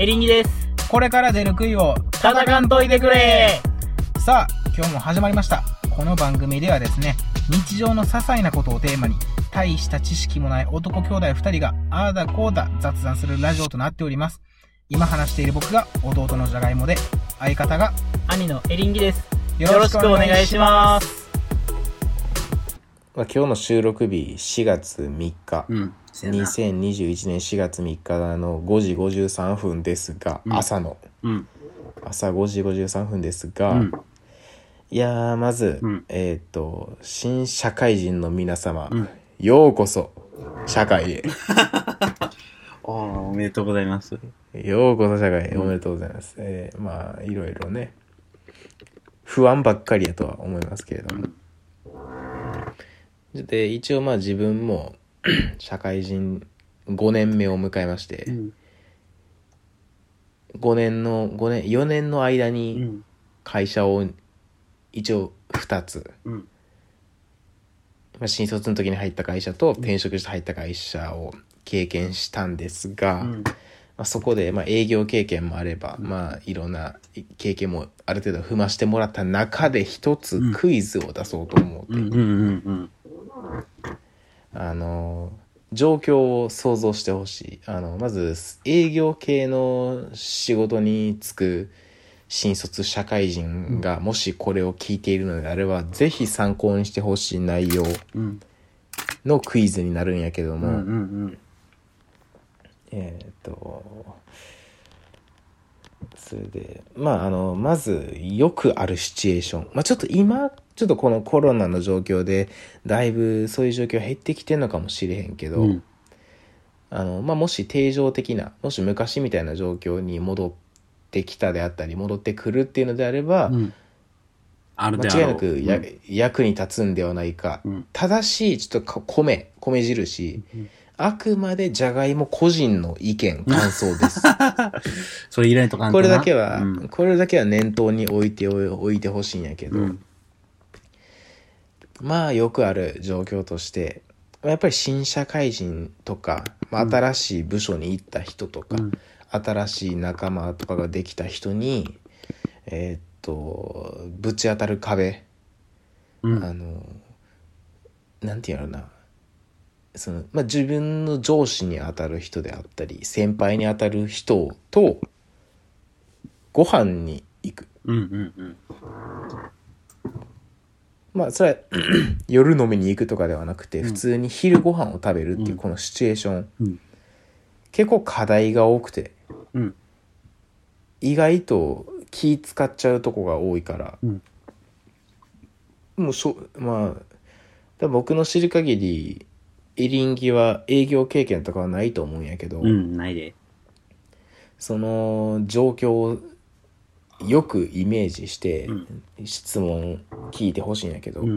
エリンギです。 これから出る杭を戦んといてくれ。 さあ、今日も始まりました。この番組ではですね、日常の些細なことをテーマに、大した知識もない男兄弟2人がああだこうだ雑談するラジオとなっております。今話している僕が弟のじゃがいもで、相方が兄のエリンギです。 よろしくお願いします。 今日の収録日4月3日、2021年4月3日の5時53分ですが、朝5時53分ですが、いやーまず、新社会人の皆様、ようこそ社会へおめでとうございます。 ようこそ社会へおめでとうございます。まあいろいろね不安ばっかりやとは思いますけれども、で一応まあ自分も社会人5年目を迎えまして、4年の間に会社を一応2つ、新卒の時に入った会社と転職して入った会社を経験したんですが、そこで営業経験もあれば、いろんな経験もある程度踏ましてもらった中で一つクイズを出そうと思って、状況を想像してほしい。まず営業系の仕事に就く新卒社会人がもしこれを聞いているのであれば、ぜひ参考にしてほしい内容のクイズになるんやけども、それでまずよくあるシチュエーション、ちょっと今ちょっとこのコロナの状況でだいぶそういう状況減ってきてんのかもしれへんけど、もし定常的な、もし昔みたいな状況に戻ってきたであったり戻ってくるっていうのであれば、間違いなく役に立つんではないか。ただしちょっと米印、あくまでじゃがいも個人の意見感想ですそれ入れないとかんとな。 これだけは念頭に置いてほしいんやけど、よくある状況としてやっぱり新社会人とか、新しい部署に行った人とか、新しい仲間とかができた人にぶち当たる壁、なんていうのな、自分の上司に当たる人であったり先輩に当たる人とご飯に行く、それは夜飲みに行くとかではなくて、普通に昼ご飯を食べるっていうこのシチュエーション、結構課題が多くて、意外と気使っちゃうとこが多いから、僕の知る限りエリンギは営業経験とかはないと思うんやけど、 ないで。その状況をよくイメージして質問聞いてほしいんやけど、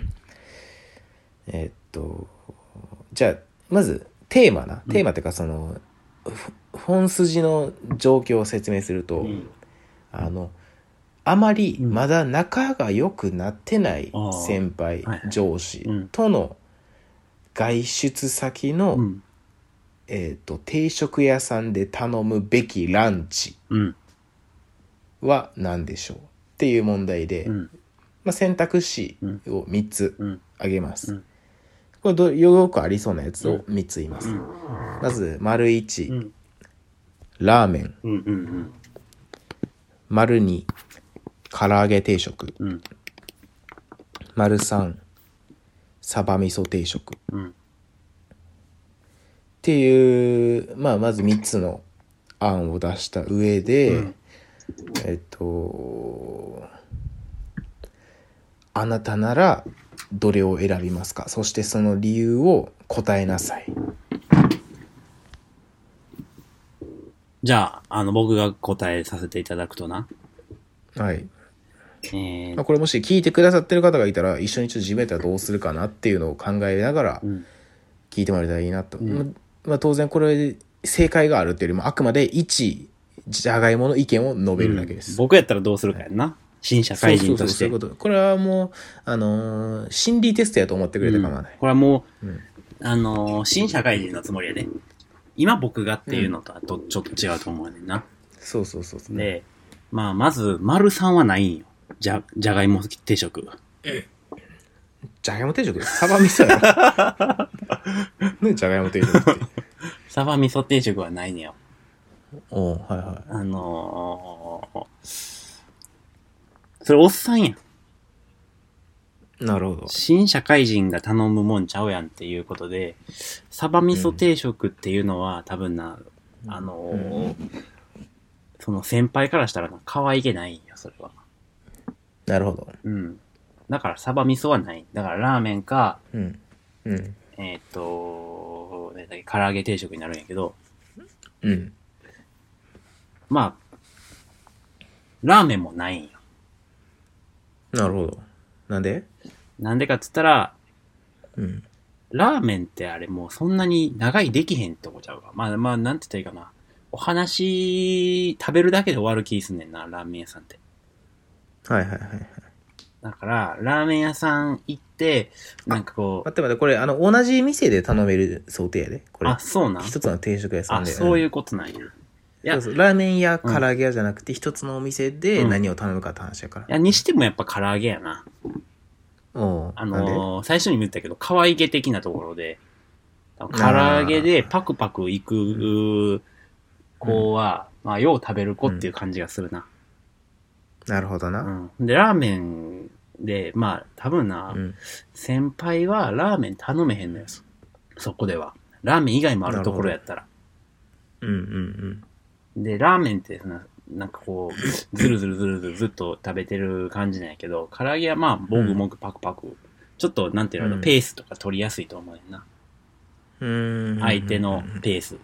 じゃあまずテーマっていうかその本筋の状況を説明すると、あまりまだ仲が良くなってない先輩、上司との外出先の、定食屋さんで頼むべきランチは何でしょうっていう問題で、選択肢を3つあげます。これよくありそうなやつを3つ言います。まず丸1、ラーメン、丸2、唐揚げ定食、丸3、サバ味噌定食、っていうまず3つの案を出した上で、あなたならどれを選びますか。そしてその理由を答えなさい。 じゃあ、僕が答えさせていただくとな。 はい。これもし聞いてくださってる方がいたら、一緒にちょっと自分やったらどうするかなっていうのを考えながら聞いてもらえたらいいなと。当然これ正解があるっていうよりも、あくまで一じゃがいもの意見を述べるだけです。 僕やったらどうするかやんな。新社会人として。 そうこれはもう、心理テストやと思ってくれて構わない。 これはもう、新社会人のつもりやで。今僕がっていうのとはちょっと違うと思うねんな。 そうそうそうそう。 で、まあ、まず、丸3はないんよ。じゃがいも定食。 じゃがいも定食サバ味噌やろ。ね、じゃがいも定食って。 サバ味噌定食はないねよ。 おうはいはい。 それおっさんやん。 なるほど。 新社会人が頼むもんちゃうやんっていうことで、サバ味噌定食っていうのは、多分な、その先輩からしたらな、可愛げないんよ、それは。 なるほど。 うん。だからサバ味噌はない。だからラーメンか、 うん。うん。 唐揚げ定食になるんやけど、 うん。 まあ、ラーメンもないんよ。 なるほど。なんで？ なんでかっつったら、 うん。 ラーメンってあれもうそんなに長いできへんって思っちゃうわ。まあ、なんて言ったらいいかな。お話、食べるだけで終わる気すんねんな、ラーメン屋さんって。 はいはいはいはい。 だから、ラーメン屋さん行って、なんかこう。 待って待って、これ、同じ店で頼める想定やで。これ。 あ、そうなん？ 一つの定食屋さんで。 そういうことなんや。いや、 そうそう、ラーメン屋、唐揚げ屋じゃなくて、一つのお店で何を頼むかって話やから。 いや、にしてもやっぱ唐揚げやな。最初にも言ったけど、可愛げ的なところで、唐揚げでパクパクいく子は、まあ、よう食べる子っていう感じがするな。 なるほどな。 うん。で、ラーメンで、まあ、多分な、先輩はラーメン頼めへんのよ。そこでは。ラーメン以外もあるところやったら。で、ラーメンってなんかこう、ずるずっと食べてる感じなんやけど、唐揚げはまあ、もぐもぐパクパク。ちょっと、なんていうの、ペースとか取りやすいと思うねんな。相手のペース。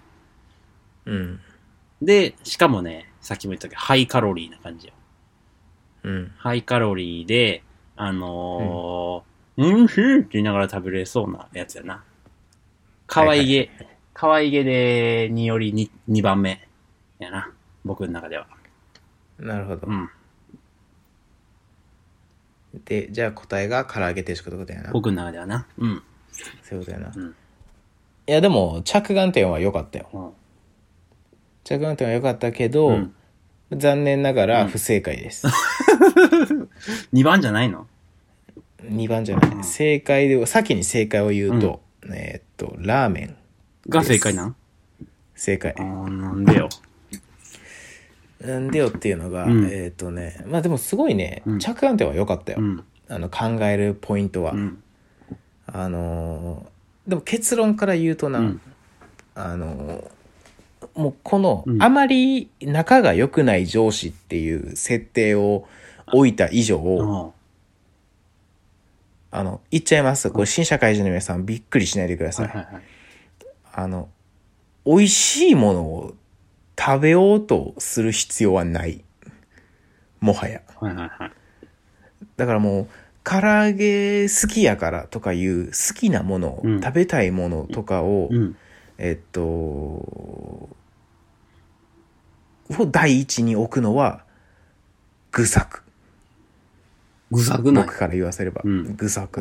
で、しかもね、さっきも言ったけど、ハイカロリーな感じよ。ハイカロリーで、しいって言いながら食べれそうなやつやな。可愛げでにより2番目やな。僕の中では。 なるほど。で、じゃあ答えが唐揚げ定食ってことやな。 僕の中ではな。 そういうことやな。いや、でも、着眼点は良かったよ。着眼点は良かったけど、残念ながら不正解です。 2番じゃないの ？2番じゃない。正解で、先に正解を言うと、ラーメン。 が正解なん？ 正解。 なんでよ。 なんでよっていうのが、まあでもすごいね、着眼点は良かったよ。考えるポイントは。でも結論から言うとな、もうこの、あまり仲が良くない上司っていう設定を置いた以上、言っちゃいます。これ新社会人の皆さんびっくりしないでください。美味しいものを食べようとする必要はない。もはや。だからもう、唐揚げ好きやからとかいう好きなもの、食べたいものとかを、を第一に置くのは、愚策。 愚策な。 僕から言わせれば、愚策。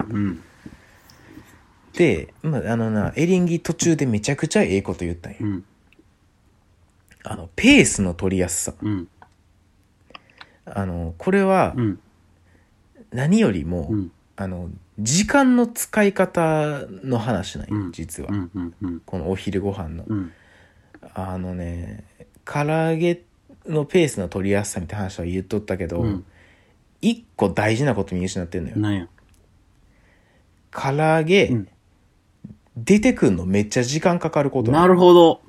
で、エリンギ途中でめちゃくちゃええこと言ったんよ。ペースの取りやすさ。これは、何よりも、時間の使い方の話なんよ、実は。このお昼ご飯の。唐揚げのペースの取りやすさみたいな話は言っとったけど、一個大事なこと見失ってんのよ。 なんや。 唐揚げ、出てくんのめっちゃ時間かかることなるほど。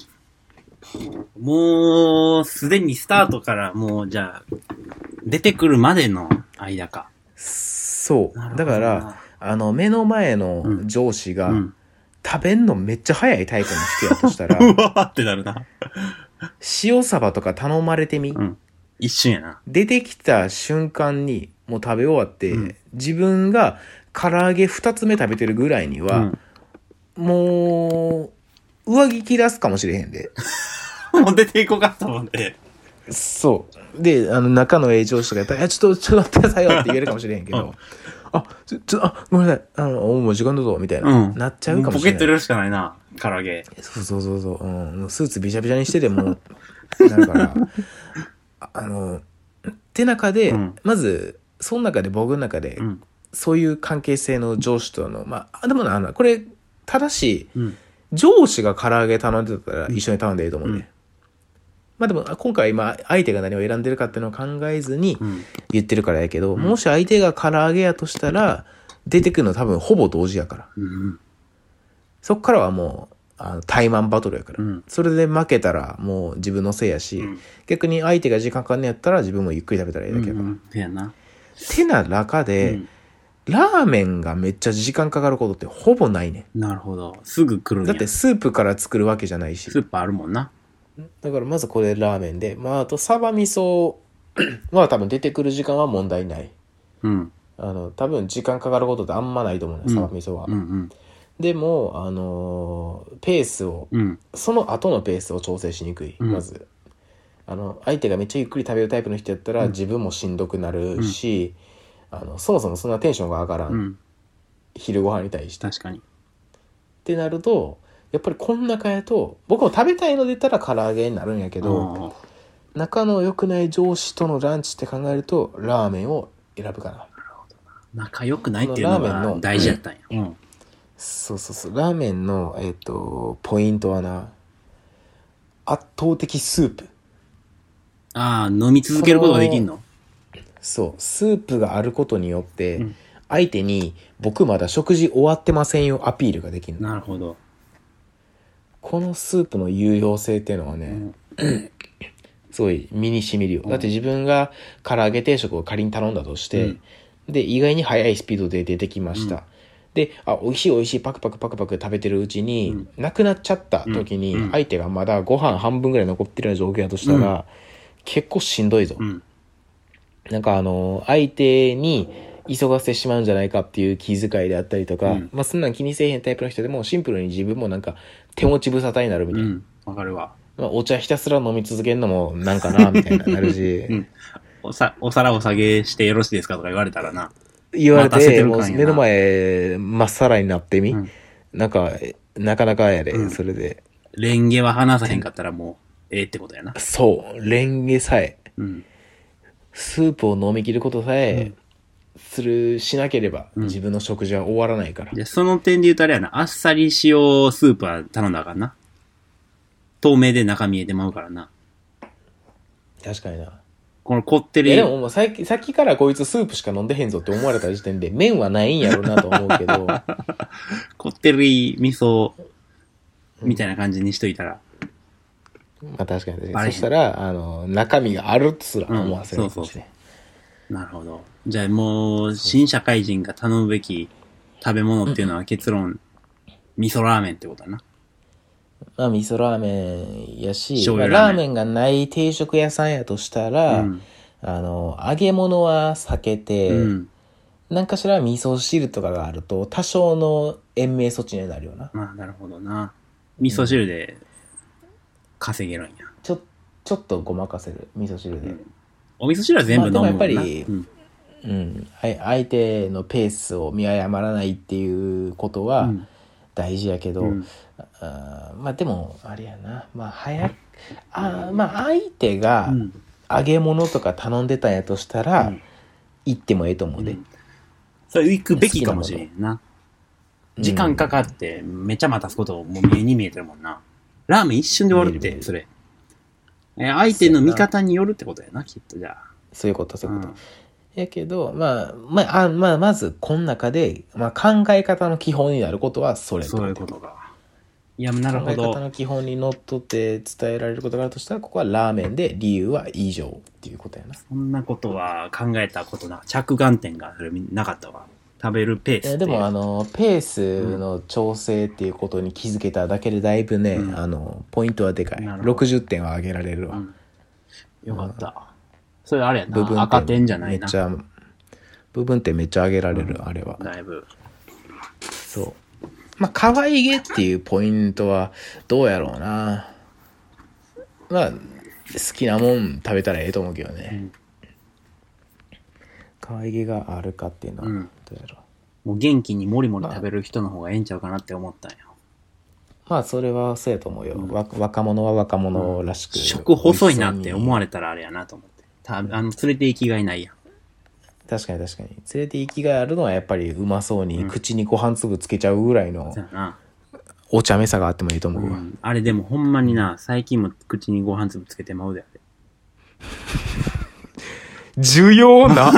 もう、すでにスタートからもう、じゃあ、出てくるまでの間か。 そう。だから、目の前の上司が、食べんのめっちゃ早いタイプの人やとしたら、 うわーってなるな。 塩サバとか頼まれてみ、 一瞬やな。 出てきた瞬間にもう食べ終わって、自分が唐揚げ2つ目食べてるぐらいには、もう、上着着出すかもしれへんで。 もう出ていこうかったもんね。 そう。で、仲の上司とかやったら、ちょっと待ってくださいよって言えるかもしれへんけど、ごめんなさい、もう時間だぞ、みたいな、なっちゃうかもしれない。 ポケット入れるしかないな、唐揚げ。 そう。スーツびちゃびちゃにしてても、 なるから、って中で、まず、その中で僕の中で、そういう関係性の上司との、まあ、でもな、これ、正しい、上司が唐揚げ頼んでたら一緒に頼んでいいと思うね。まあでも、今回相手が何を選んでるかっていうのを考えずに言ってるからやけど、もし相手が唐揚げやとしたら、出てくるの多分ほぼ同時やから。そっからはもう、タイマンバトルやから。それで負けたらもう自分のせいやし、逆に相手が時間かかんねやったら自分もゆっくり食べたらいいだけやから。てな中で、ラーメンがめっちゃ時間かかることってほぼないね。 なるほど。すぐ来るんや。 だってスープから作るわけじゃないし。 スープあるもんな。 だからまずこれラーメンで、まああとサバ味噌は多分出てくる時間は問題ない。多分時間かかることってあんまないと思うね、サバ味噌は。でも、ペースを、その後のペースを調整しにくい。まず。相手がめっちゃゆっくり食べるタイプの人やったら、自分もしんどくなるし、そもそもそんなテンションが上がらん。昼ご飯に対して。 確かに。 ってなると、やっぱりこん中やと、僕も食べたいので言ったら唐揚げになるんやけど、仲の良くない上司とのランチって考えると、ラーメンを選ぶかな。なるほど。 仲良くないっていうのが大事だったんや。 そうそうそう。ラーメンの、ポイントはな、圧倒的スープ。 飲み続けることができんの？ そう。スープがあることによって、相手に僕まだ食事終わってませんよアピールができる。 なるほど。 このスープの有用性っていうのはね、すごい身に染みるよ。だって自分が唐揚げ定食を仮に頼んだとして、で、意外に速いスピードで出てきました。で、美味しい美味しいパクパクパクパク食べてるうちに、なくなっちゃった時に、相手がまだご飯半分ぐらい残ってるような状況だとしたら、結構しんどいぞ。なんか相手に急がせてしまうんじゃないかっていう気遣いであったりとか、まあそんなん気にせえへんタイプの人でもシンプルに自分もなんか手持ち無沙汰になるみたいな。 わかるわ。 まあお茶ひたすら飲み続けるのもなんかな、みたいななるし。 お皿お下げしてよろしいですかとか言われたらな。 言われて、もう目の前まっさらになってみ、なんか、なかなかやで、それで。 レンゲは話さへんかったらもう、ってことやな。 そう、レンゲさえ、スープを飲み切ることさえ、しなければ、自分の食事は終わらないから。 じゃその点で言うとあれやな、あっさり塩スープは頼んだらあかんな。透明で中見えてまうからな。 確かにな。 このこってり。 でももうさっきからこいつスープしか飲んでへんぞって思われた時点で麺はないんやろうなと思うけど。 こってり味噌みたいな感じにしといたら。 まあ確かに。そしたら、中身があるとすら思わせるかもしれない。 なるほど。じゃあもう、新社会人が頼むべき食べ物っていうのは結論、味噌ラーメンってことだな。 まあ味噌ラーメンやし、ラーメンがない定食屋さんやとしたら、揚げ物は避けて、なんかしら味噌汁とかがあると、多少の延命措置になるよな。 まあなるほどな。味噌汁で稼げるんや。 ちょっとごまかせる、味噌汁で。 お味噌汁は全部飲むもんな。 まあ、でもやっぱり、相手のペースを見誤らないっていうことは大事やけど、まあでも、あれやな。まあまあ相手が揚げ物とか頼んでたんやとしたら、行ってもええと思うで。 それ行くべきかもしれんな。時間かかってめちゃ待たすこともう目に見えてるもんな。ラーメン一瞬で終わるって、それ。相手の見方によるってことやな、きっとじゃあ。 そういうこと。やけど、まず、この中で、考え方の基本になることはそれと。 そういうことか。いや、なるほど。 考え方の基本にのっとって伝えられることがあるとしたら、ここはラーメンで理由は以上っていうことやな。 そんなことは考えたことな、着眼点がなかったわ。食べるペース。 でもペースの調整っていうことに気づけただけでだいぶね、ポイントはでかい。60点は上げられるわ。 よかった。それあれやな。赤点じゃないな。 部分点めっちゃ上げられる、あれは。 だいぶ。 そう。まあ、可愛げっていうポイントはどうやろうな。まあ、好きなもん食べたらええと思うけどね。可愛げがあるかっていうのはどうやろう。もう元気にもりもり食べる人の方がええんちゃうかなって思ったんよ。 まあそれはそうやと思うよ。若者は若者らしく。 食細いなって思われたらあれやなと思って。連れて行きがいないやん。 確かに。連れて行きがいあるのはやっぱりうまそうに口にご飯粒つけちゃうぐらいのお茶目さがあってもいいと思うわ。 あれでもほんまにな、最近も口にご飯粒つけてまうであれ。 需要な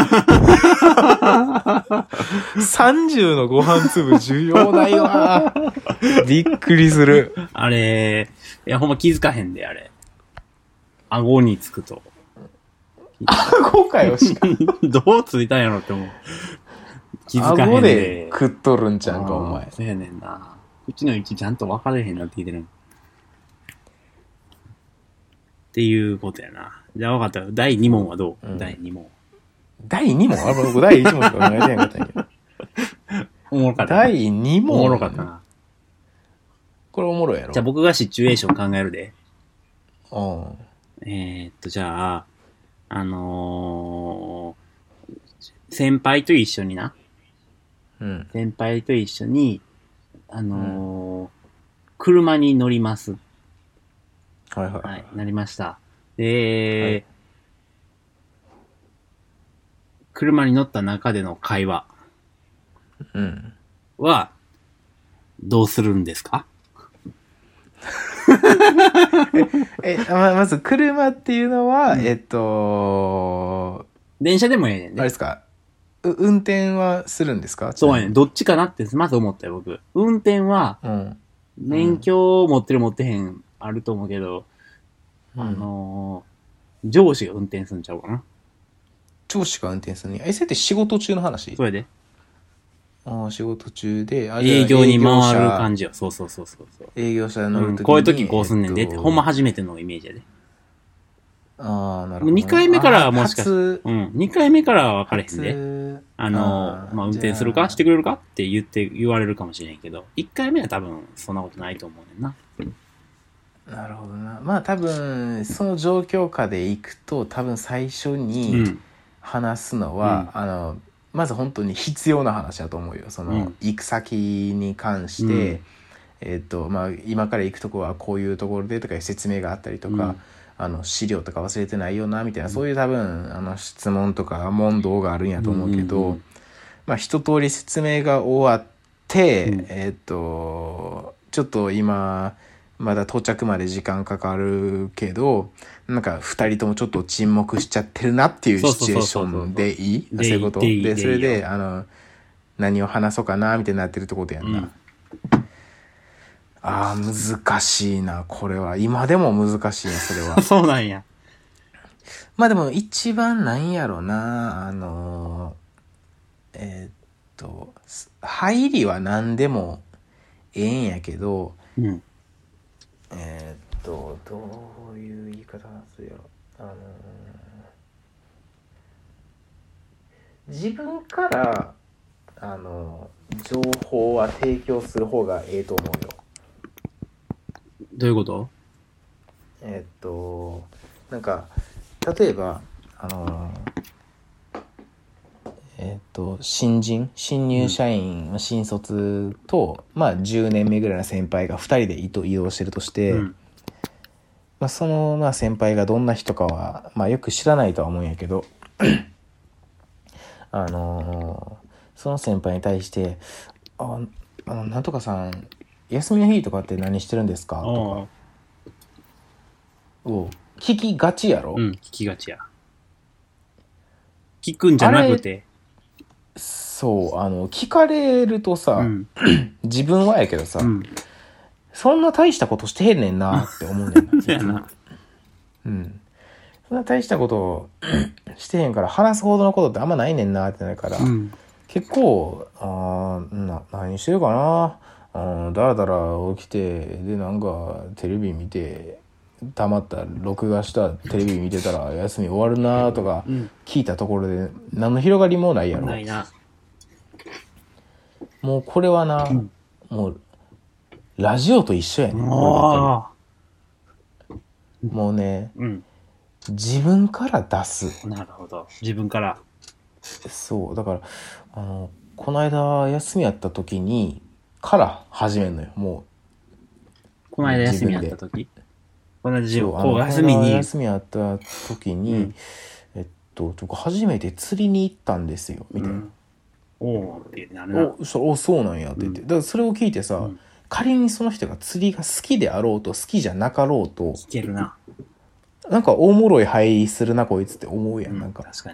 30のご飯粒需要ないわ。びっくりする。 あれ、いやほんま気づかへんで、あれ。顎につくと。 顎かよしか。 どうついたんやろって思う。気づかへんで。 顎で食っとるんちゃうか、お前。 そうやねんな。口の位置ちゃんと分かれへんなって聞いてる。っていうことやな。じゃあ分かったよ。第2問はどう、第2問。 第2問僕第1問しか考えてなかったんやけど。 おもろかった。 第2問おもろかったな。 これおもろいやろ。 じゃあ僕がシチュエーション考えるで。じゃあ、先輩と一緒にな。先輩と一緒に、車に乗ります。はい、なりました。で、車に乗った中での会話はどうするんですか？ まず車っていうのは、 電車でもええねんね。 あれですか？運転はするんですか？ そうやねん。どっちかなってまず思ったよ、僕。運転は、免許持ってる持ってへんあると思うけど、上司が運転するんちゃうかな。 上司が運転するね。それって仕事中の話？ それで。 仕事中で、 営業に回る感じよ。そう。 営業者乗るときに、 こういう時こうすんねんでって、ほんま初めてのイメージやで。 なるほど。 2回目からはもしかして、2回目からは分かれへんで。運転するかしてくれるかって言われるかもしれんけど、1回目は多分そんなことないと思うねんな。 なるほどな。まあ多分、その状況下で行くと、多分最初に話すのは、まず本当に必要な話だと思うよ。行く先に関して、今から行くとこはこういうところでとかいう説明があったりとか、資料とか忘れてないよな、みたいな、そういう多分、質問とか問答があるんやと思うけど、一通り説明が終わって、ちょっと今、まだ到着まで時間かかるけど、なんか二人ともちょっと沈黙しちゃってるなっていうシチュエーションでいい？そういうことで、それで、何を話そうかな、みたいになってるってことやんな。難しいな、これは。今でも難しいな、それは。 そうなんや。 まあでも一番なんやろな、入りは何でもええんやけど、どういう言い方なんすよ。自分から、情報は提供する方がええと思うよ。 どういうこと？ なんか、例えば、新入社員、新卒と、10年目ぐらいの先輩が2人で移動してるとして、その、先輩がどんな人かは、よく知らないとは思うんやけど、その先輩に対して、なんとかさん、休みの日とかって何してるんですかとか、聞きがちやろ？ 聞きがちや。聞くんじゃなくて。 そう、聞かれるとさ、自分はやけどさ、そんな大したことしてへんねんなって思うねんな。 そうやな。 そんな大したことしてへんから話すほどのことってあんまないねんなってなるから、結構、何してるかな、だらだら起きて、で、なんかテレビ見て、たまった録画したテレビ見てたら休み終わるなとか聞いたところで何の広がりもないやろ。 ないな。 もうこれはな、もうラジオと一緒やねん。もうね、自分から出す。 なるほど。自分から。 そうだからこの間休みやった時にから始めるのよ。もこの間休みあった時この間そうこう休みに。 休みあった時に、僕初めて釣りに行ったんですよ、みたいな。 おーってなるな。 そうなんやって言って。だからそれを聞いてさ、仮にその人が釣りが好きであろうと好きじゃなかろうと、 聞けるな。 なんか大脆い入りするなこいつって思うやん、なんか。 確かに。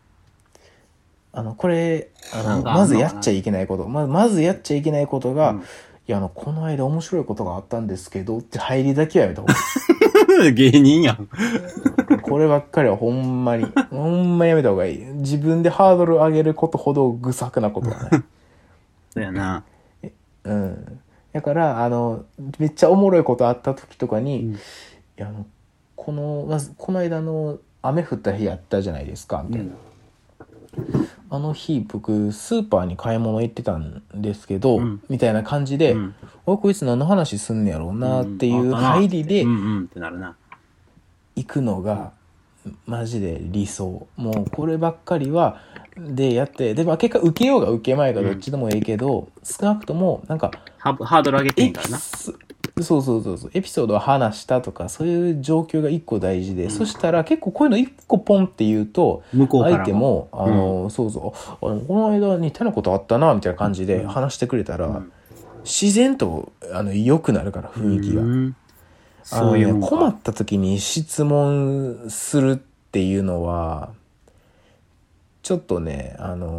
これ、まずやっちゃいけないこと。まずやっちゃいけないことが、いや、この間面白いことがあったんですけど、って入りだけはやめた方がいい。 芸人やん。 こればっかりはほんまやめた方がいい。自分でハードル上げることほど愚策なことはない。 そうやな。 だから、めっちゃおもろいことあった時とかに、いや、この間雨降った日やったじゃないですか、みたいな。あの日僕スーパーに買い物行ってたんですけど、みたいな感じで、こいつ何の話すんねやろうなっていう入りでってなるな。 行くのがマジで理想。もうこればっかりはでやって、でも結果受けようが受けまいがどっちでもいいけど、少なくともなんかハードル上げてんからな。 そうエピソードを話したとかそういう状況が一個大事で、そしたら結構こういうの一個ポンって言うと向こうから相手もこの間似たようなことあったなみたいな感じで話してくれたら、自然と良くなるから雰囲気が。そういう困った時に質問するっていうのはちょっとね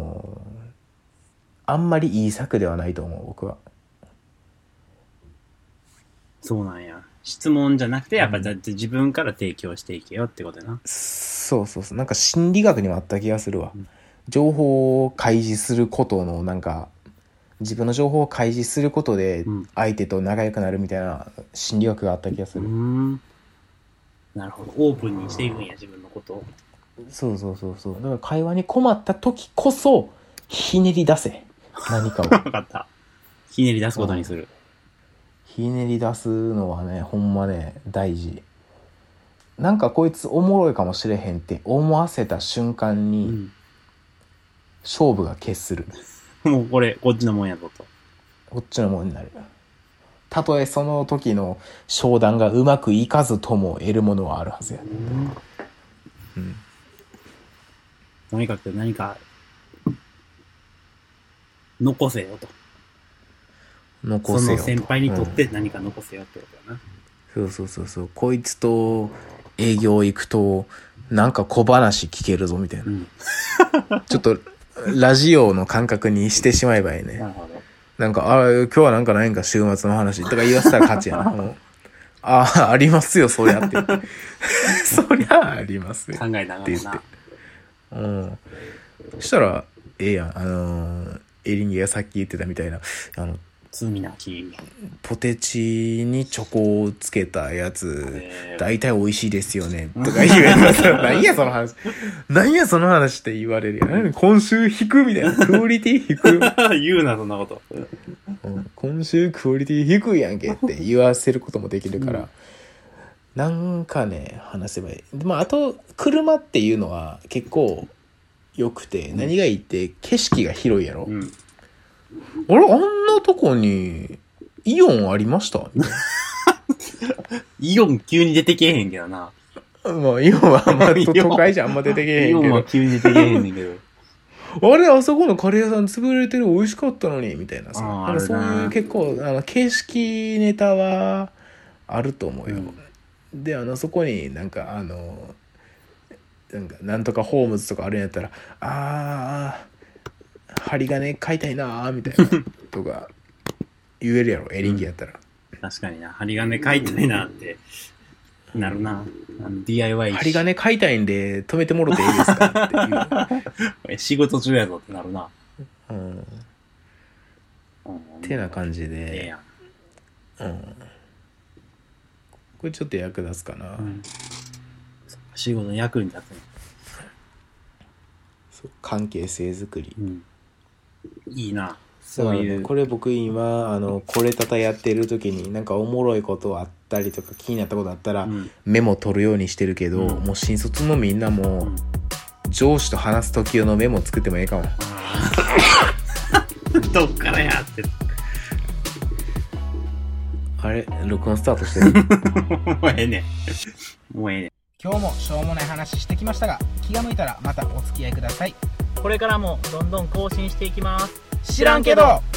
あんまりいい策ではないと思う、僕は。 そうなんや。質問じゃなくて、やっぱだって自分から提供していけよってことやな。 そう。なんか心理学にもあった気がするわ。情報を開示することのなんか、自分の情報を開示することで相手と仲良くなるみたいな心理学があった気がする。 なるほど。オープンにしていくんや、自分のことを。 そう。だから会話に困った時こそ、ひねり出せ。何かを。 分かった。ひねり出すことにする。 ひねり出すのはね、ほんまね、大事。なんかこいつおもろいかもしれへんって思わせた瞬間に、勝負が決する。 もうこっちのもんやぞと。 こっちのもんになる。たとえその時の商談がうまくいかずとも得るものはあるはずや。 とにかく何か、残せよと。 残せよと。 その先輩にとって何か残せよってことやな。 そう。こいつと営業行くと、なんか小話聞けるぞみたいな。ちょっと、ラジオの感覚にしてしまえばいいね。 なるほど。 なんか、今日はなんかないんか週末の話とか言わせたら勝ちやな。ありますよ、そりゃって。そりゃありますよ。 考えながらな。 そしたら、ええやん。エリンギがさっき言ってたみたいな、 罪なき。 ポテチにチョコをつけたやつ、大体美味しいですよね。とか言うやつ。何やその話。何やその話って言われるやん。今週引くみたいな。クオリティ低く。 言うな、そんなこと。 今週クオリティ低いやんけって言わせることもできるから。なんかね、話せばいい。あと、車っていうのは結構良くて、何がいいって景色が広いやろ。あれあんなとこにイオンありましたみたいな。 イオン急に出てけえへんけどな。 イオンはあんま都会じゃあんま出てけえへんけど。 イオンは急に出てけえへんねんけど。 あれあそこのカレー屋さん潰れてる美味しかったのにみたいなさ。そういう結構形式ネタはあると思うよ。でそこになんかなんとかホームズとかあるんやったら針金買いたいなーみたいなとか言えるやろ、エリンギやったら。 確かにな、針金買いたいなってなるな。DIY 針金買いたいんで止めてもろていいですかっていう。 仕事中やぞってなるな。 ってな感じで、これちょっと役立つかな。 仕事の役に立つね。 関係性づくり。 いいな。そういう。 これ僕今これたたやってる時になんかおもろいことあったりとか気になったことあったらメモ取るようにしてるけど、もう新卒のみんなも上司と話す時用のメモ作ってもええかも。 どっからやって。 あれ録音スタートしてるもうええねん。もうええねん。 今日もしょうもない話してきましたが、気が向いたらまたお付き合いください。 これからもどんどん更新していきます。 知らんけど